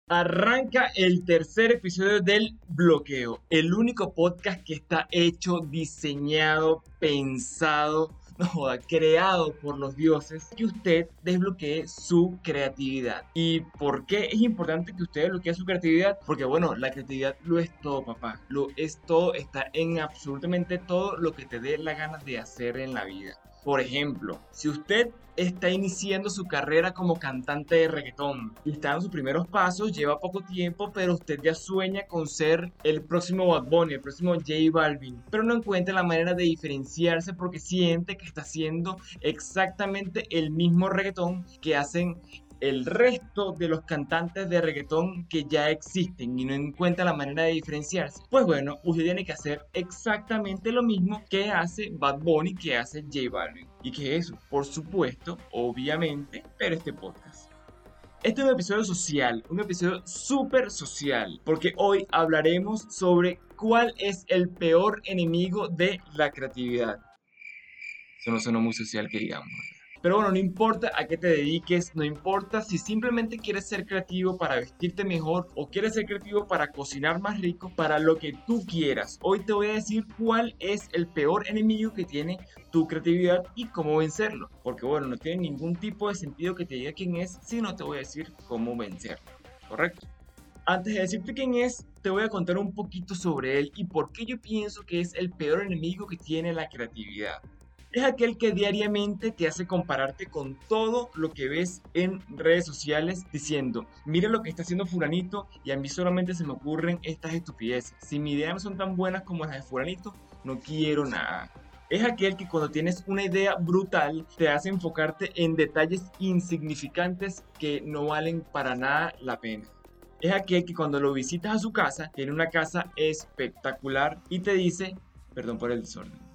Arranca el tercer episodio del Bloqueo, el único podcast que está hecho, diseñado, pensado, no joda, creado por los dioses, que usted desbloquee su creatividad. ¿Y por qué es importante que usted desbloquee su creatividad? Porque bueno, la creatividad lo es todo, papá. Lo es todo, está en absolutamente todo lo que te dé la gana de hacer en la vida. Por ejemplo, si usted está iniciando su carrera como cantante de reggaetón y está en sus primeros pasos, lleva poco tiempo, pero usted ya sueña con ser el próximo Bad Bunny, el próximo J Balvin, pero no encuentra la manera de diferenciarse porque siente que está haciendo exactamente el mismo reggaetón que hacen el resto de los cantantes de reggaetón que ya existen y no encuentra la manera de diferenciarse. Pues bueno, usted tiene que hacer exactamente lo mismo que hace Bad Bunny, que hace J Balvin. ¿Y qué es eso? Por supuesto, obviamente, pero este podcast. Este es un episodio social, un episodio súper social, porque hoy hablaremos sobre cuál es el peor enemigo de la creatividad. Eso no suena muy social que digamos. Pero bueno, no importa a qué te dediques, no importa si simplemente quieres ser creativo para vestirte mejor o quieres ser creativo para cocinar más rico, para lo que tú quieras. Hoy te voy a decir cuál es el peor enemigo que tiene tu creatividad y cómo vencerlo. Porque bueno, no tiene ningún tipo de sentido que te diga quién es si no te voy a decir cómo vencerlo. ¿Correcto? Antes de decirte quién es, te voy a contar un poquito sobre él y por qué yo pienso que es el peor enemigo que tiene la creatividad. Es aquel que diariamente te hace compararte con todo lo que ves en redes sociales diciendo, mira lo que está haciendo fulanito y a mí solamente se me ocurren estas estupideces. Si mis ideas no son tan buenas como las de fulanito, no quiero nada. Es aquel que cuando tienes una idea brutal te hace enfocarte en detalles insignificantes que no valen para nada la pena. Es aquel que cuando lo visitas a su casa, tiene una casa espectacular y te dice, perdón por el desorden.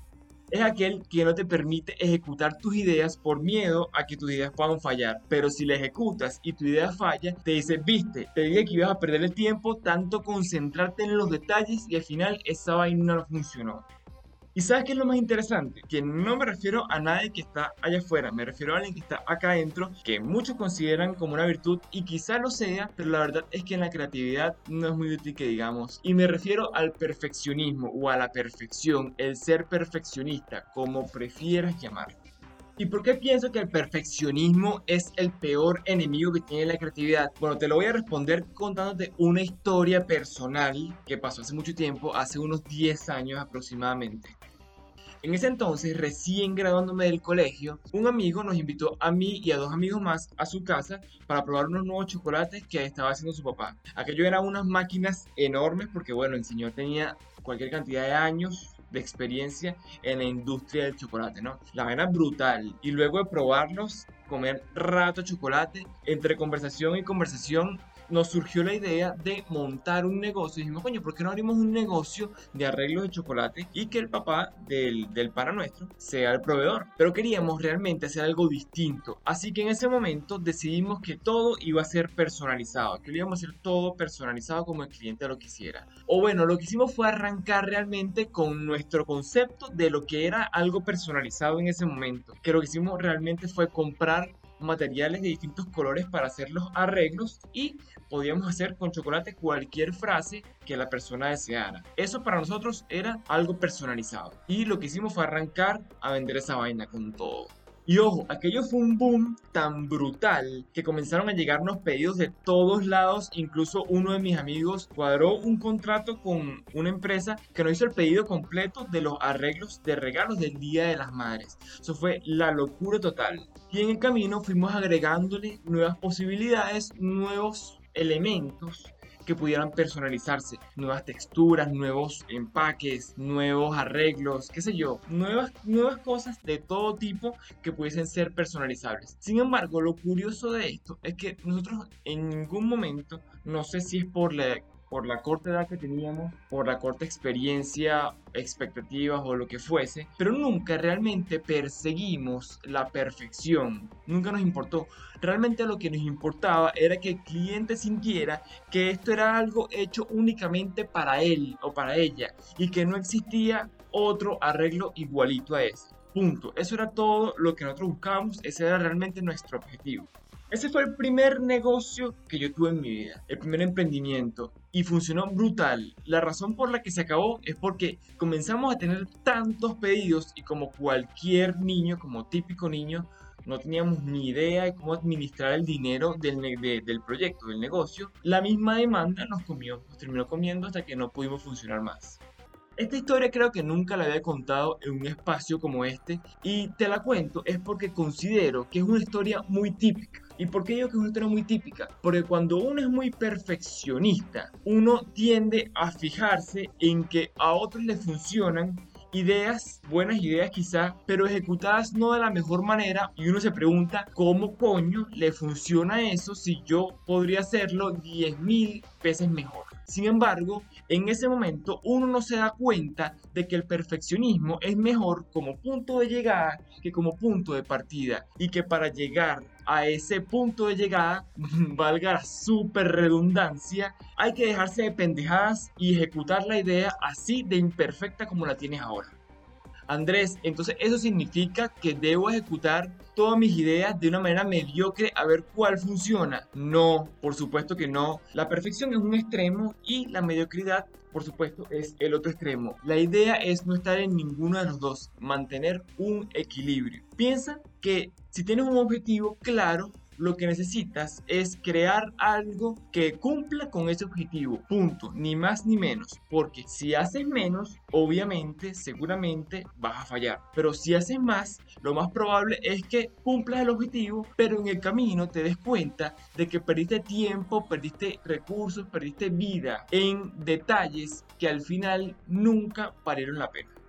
Es aquel que no te permite ejecutar tus ideas por miedo a que tus ideas puedan fallar. Pero si la ejecutas y tu idea falla, te dice, viste, te dije que ibas a perder el tiempo, tanto concentrarte en los detalles y al final esa vaina no funcionó. ¿Y sabes qué es lo más interesante? Que no me refiero a nadie que está allá afuera, me refiero a alguien que está acá adentro, que muchos consideran como una virtud y quizá lo sea, pero la verdad es que en la creatividad no es muy útil que digamos. Y me refiero al perfeccionismo o a la perfección, el ser perfeccionista, como prefieras llamarlo. ¿Y por qué pienso que el perfeccionismo es el peor enemigo que tiene la creatividad? Bueno, te lo voy a responder contándote una historia personal que pasó hace mucho tiempo, hace unos 10 años aproximadamente. En ese entonces, recién graduándome del colegio, un amigo nos invitó a mí y a dos amigos más a su casa para probar unos nuevos chocolates que estaba haciendo su papá. Aquello eran unas máquinas enormes porque, bueno, el señor tenía cualquier cantidad de años de experiencia en la industria del chocolate, ¿no? La vaina brutal. Y luego de probarlos, comer rato chocolate, entre conversación y conversación, nos surgió la idea de montar un negocio. Y dijimos, coño, ¿por qué no abrimos un negocio de arreglos de chocolate y que el papá del pana nuestro sea el proveedor? Pero queríamos realmente hacer algo distinto. Así que en ese momento decidimos que todo iba a ser personalizado, que lo íbamos a hacer todo personalizado como el cliente lo quisiera. O bueno, lo que hicimos fue arrancar realmente con nuestro concepto de lo que era algo personalizado en ese momento. Que lo que hicimos realmente fue comprar materiales de distintos colores para hacer los arreglos y podíamos hacer con chocolate cualquier frase que la persona deseara. Eso para nosotros era algo personalizado y lo que hicimos fue arrancar a vender esa vaina con todo. Y ojo, aquello fue un boom tan brutal que comenzaron a llegarnos pedidos de todos lados. Incluso uno de mis amigos cuadró un contrato con una empresa que nos hizo el pedido completo de los arreglos de regalos del Día de las Madres. Eso fue la locura total. Y en el camino fuimos agregándole nuevas posibilidades, nuevos elementos que pudieran personalizarse, nuevas texturas, nuevos empaques, nuevos arreglos, qué sé yo, nuevas cosas de todo tipo que pudiesen ser personalizables. Sin embargo, lo curioso de esto es que nosotros en ningún momento, no sé si es por la corta edad que teníamos, por la corta experiencia, expectativas o lo que fuese, pero nunca realmente perseguimos la perfección, nunca nos importó. Realmente lo que nos importaba era que el cliente sintiera que esto era algo hecho únicamente para él o para ella y que no existía otro arreglo igualito a ese. Punto. Eso era todo lo que nosotros buscábamos, ese era realmente nuestro objetivo. Ese fue el primer negocio que yo tuve en mi vida, el primer emprendimiento, y funcionó brutal. La razón por la que se acabó es porque comenzamos a tener tantos pedidos y como cualquier niño, como típico niño, no teníamos ni idea de cómo administrar el dinero del proyecto, del negocio. La misma demanda nos comió, nos terminó comiendo hasta que no pudimos funcionar más. Esta historia creo que nunca la había contado en un espacio como este y te la cuento es porque considero que es una historia muy típica. ¿Y por qué digo que es una historia muy típica? Porque cuando uno es muy perfeccionista, uno tiende a fijarse en que a otros le funcionan ideas, buenas ideas quizá, pero ejecutadas no de la mejor manera y uno se pregunta cómo coño le funciona eso si yo podría hacerlo 10.000 veces mejor. Sin embargo, en ese momento uno no se da cuenta de que el perfeccionismo es mejor como punto de llegada que como punto de partida y que para llegar a ese punto de llegada, valga la super redundancia, hay que dejarse de pendejadas y ejecutar la idea así de imperfecta como la tienes ahora. Andrés, entonces eso significa que debo ejecutar todas mis ideas de una manera mediocre a ver cuál funciona. No, por supuesto que no. La perfección es un extremo y la mediocridad, por supuesto, es el otro extremo. La idea es no estar en ninguno de los dos, mantener un equilibrio. Piensa que si tienes un objetivo claro, lo que necesitas es crear algo que cumpla con ese objetivo, punto, ni más ni menos, porque si haces menos, obviamente, seguramente vas a fallar, pero si haces más, lo más probable es que cumplas el objetivo, pero en el camino te des cuenta de que perdiste tiempo, perdiste recursos, perdiste vida en detalles que al final nunca valieron la pena.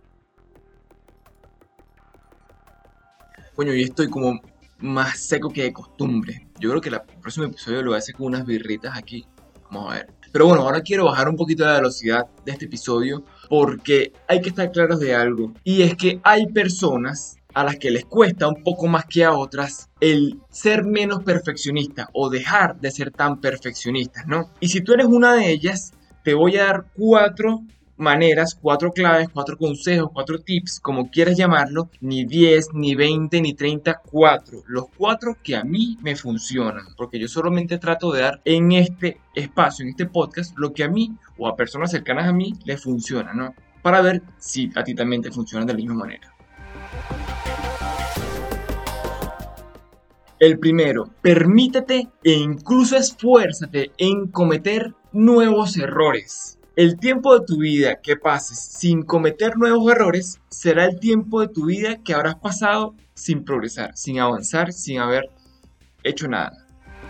Coño, y estoy como más seco que de costumbre. Yo creo que el próximo episodio lo voy a hacer con unas birritas aquí. Vamos a ver. Pero bueno, ahora quiero bajar un poquito la velocidad de este episodio porque hay que estar claros de algo. Y es que hay personas a las que les cuesta un poco más que a otras el ser menos perfeccionista o dejar de ser tan perfeccionistas, ¿no? Y si tú eres una de ellas, te voy a dar 4 maneras, 4 claves, 4 consejos, 4 tips, como quieras llamarlo, ni 10, ni 20, ni 30, 4. Los 4 que a mí me funcionan, porque yo solamente trato de dar en este espacio, en este podcast, lo que a mí o a personas cercanas a mí les funciona, ¿no? Para ver si a ti también te funcionan de la misma manera. El primero, permítete e incluso esfuérzate en cometer nuevos errores. El tiempo de tu vida que pases sin cometer nuevos errores será el tiempo de tu vida que habrás pasado sin progresar, sin avanzar, sin haber hecho nada.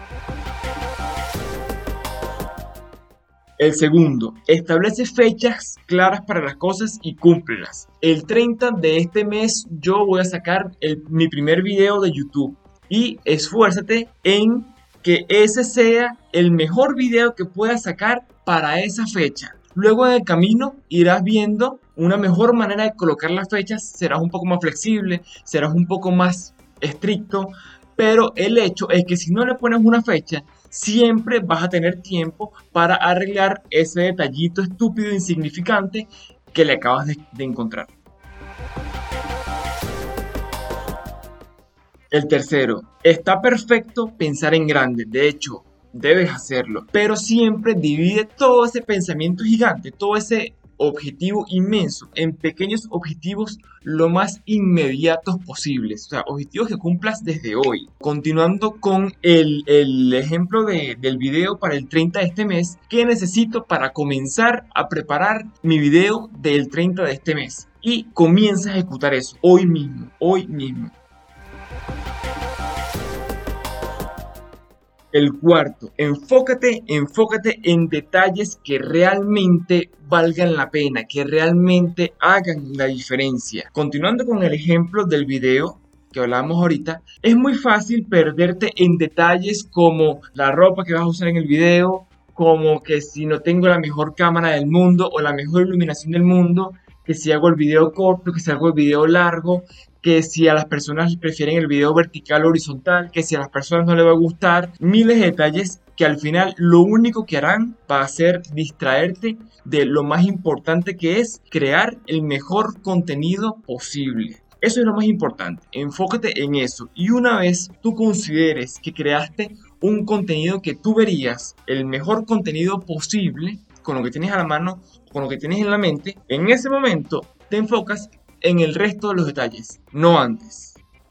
El segundo, establece fechas claras para las cosas y cúmplelas. El 30 de este mes yo voy a sacar mi primer video de YouTube y esfuérzate en que ese sea el mejor video que puedas sacar para esa fecha. Luego en el camino irás viendo una mejor manera de colocar las fechas, serás un poco más flexible, serás un poco más estricto, pero el hecho es que si no le pones una fecha, siempre vas a tener tiempo para arreglar ese detallito estúpido e insignificante que le acabas de encontrar. El tercero, está perfecto pensar en grande, de hecho, debes hacerlo, pero siempre divide todo ese pensamiento gigante, todo ese objetivo inmenso en pequeños objetivos lo más inmediatos posibles, o sea, objetivos que cumplas desde hoy. Continuando con el ejemplo del video para el 30 de este mes, ¿qué necesito para comenzar a preparar mi video del 30 de este mes? Y comienza a ejecutar eso hoy mismo, hoy mismo. El cuarto, enfócate en detalles que realmente valgan la pena, que realmente hagan la diferencia. Continuando con el ejemplo del video que hablamos ahorita, es muy fácil perderte en detalles como la ropa que vas a usar en el video, como que si no tengo la mejor cámara del mundo o la mejor iluminación del mundo, que si hago el video corto, que si hago el video largo, que si a las personas prefieren el video vertical o horizontal, que si a las personas no les va a gustar, miles de detalles que al final lo único que harán va a ser distraerte de lo más importante que es crear el mejor contenido posible. Eso es lo más importante, enfócate en eso. Y una vez tú consideres que creaste un contenido que tú verías el mejor contenido posible, con lo que tienes a la mano, con lo que tienes en la mente, en ese momento te enfocas en el resto de los detalles, no antes.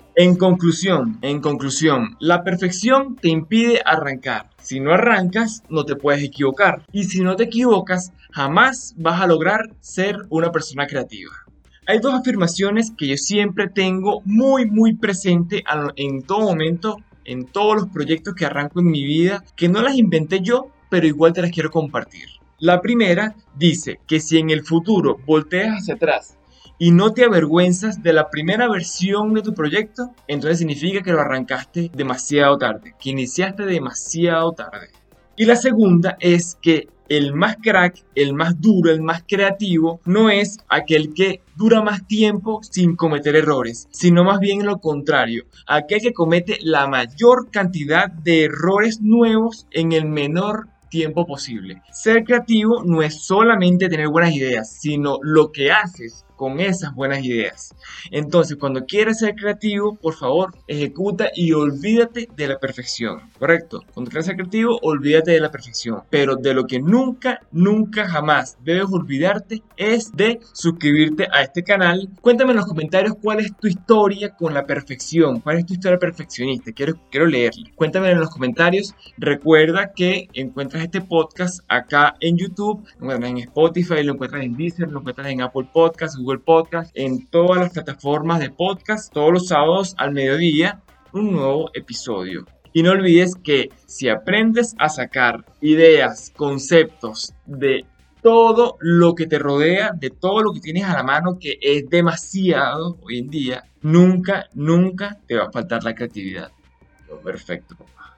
En conclusión, la perfección te impide arrancar. Si no arrancas, no te puedes equivocar. Y si no te equivocas, jamás vas a lograr ser una persona creativa. Hay dos afirmaciones que yo siempre tengo muy presente en todo momento, en todos los proyectos que arranco en mi vida, que no las inventé yo, pero igual te las quiero compartir. La primera dice que si en el futuro volteas hacia atrás y no te avergüenzas de la primera versión de tu proyecto, entonces significa que lo arrancaste demasiado tarde, que iniciaste demasiado tarde. Y la segunda es que el más crack, el más duro, el más creativo, no es aquel que dura más tiempo sin cometer errores, sino más bien lo contrario, aquel que comete la mayor cantidad de errores nuevos en el menor tiempo posible. Ser creativo no es solamente tener buenas ideas, sino lo que haces con esas buenas ideas. Entonces, cuando quieras ser creativo, por favor, ejecuta y olvídate de la perfección, ¿correcto? Cuando quieras ser creativo, olvídate de la perfección. Pero de lo que nunca jamás debes olvidarte es de suscribirte a este canal. Cuéntame en los comentarios cuál es tu historia con la perfección, cuál es tu historia perfeccionista. Quiero leerla. Cuéntame en los comentarios. Recuerda que encuentras este podcast acá en YouTube, lo encuentras en Spotify, lo encuentras en Deezer, lo encuentras en Apple Podcasts, Google Podcast, en todas las plataformas de podcast, todos los sábados al mediodía, un nuevo episodio. Y no olvides que si aprendes a sacar ideas, conceptos de todo lo que te rodea, de todo lo que tienes a la mano, que es demasiado hoy en día, nunca te va a faltar la creatividad. Perfecto.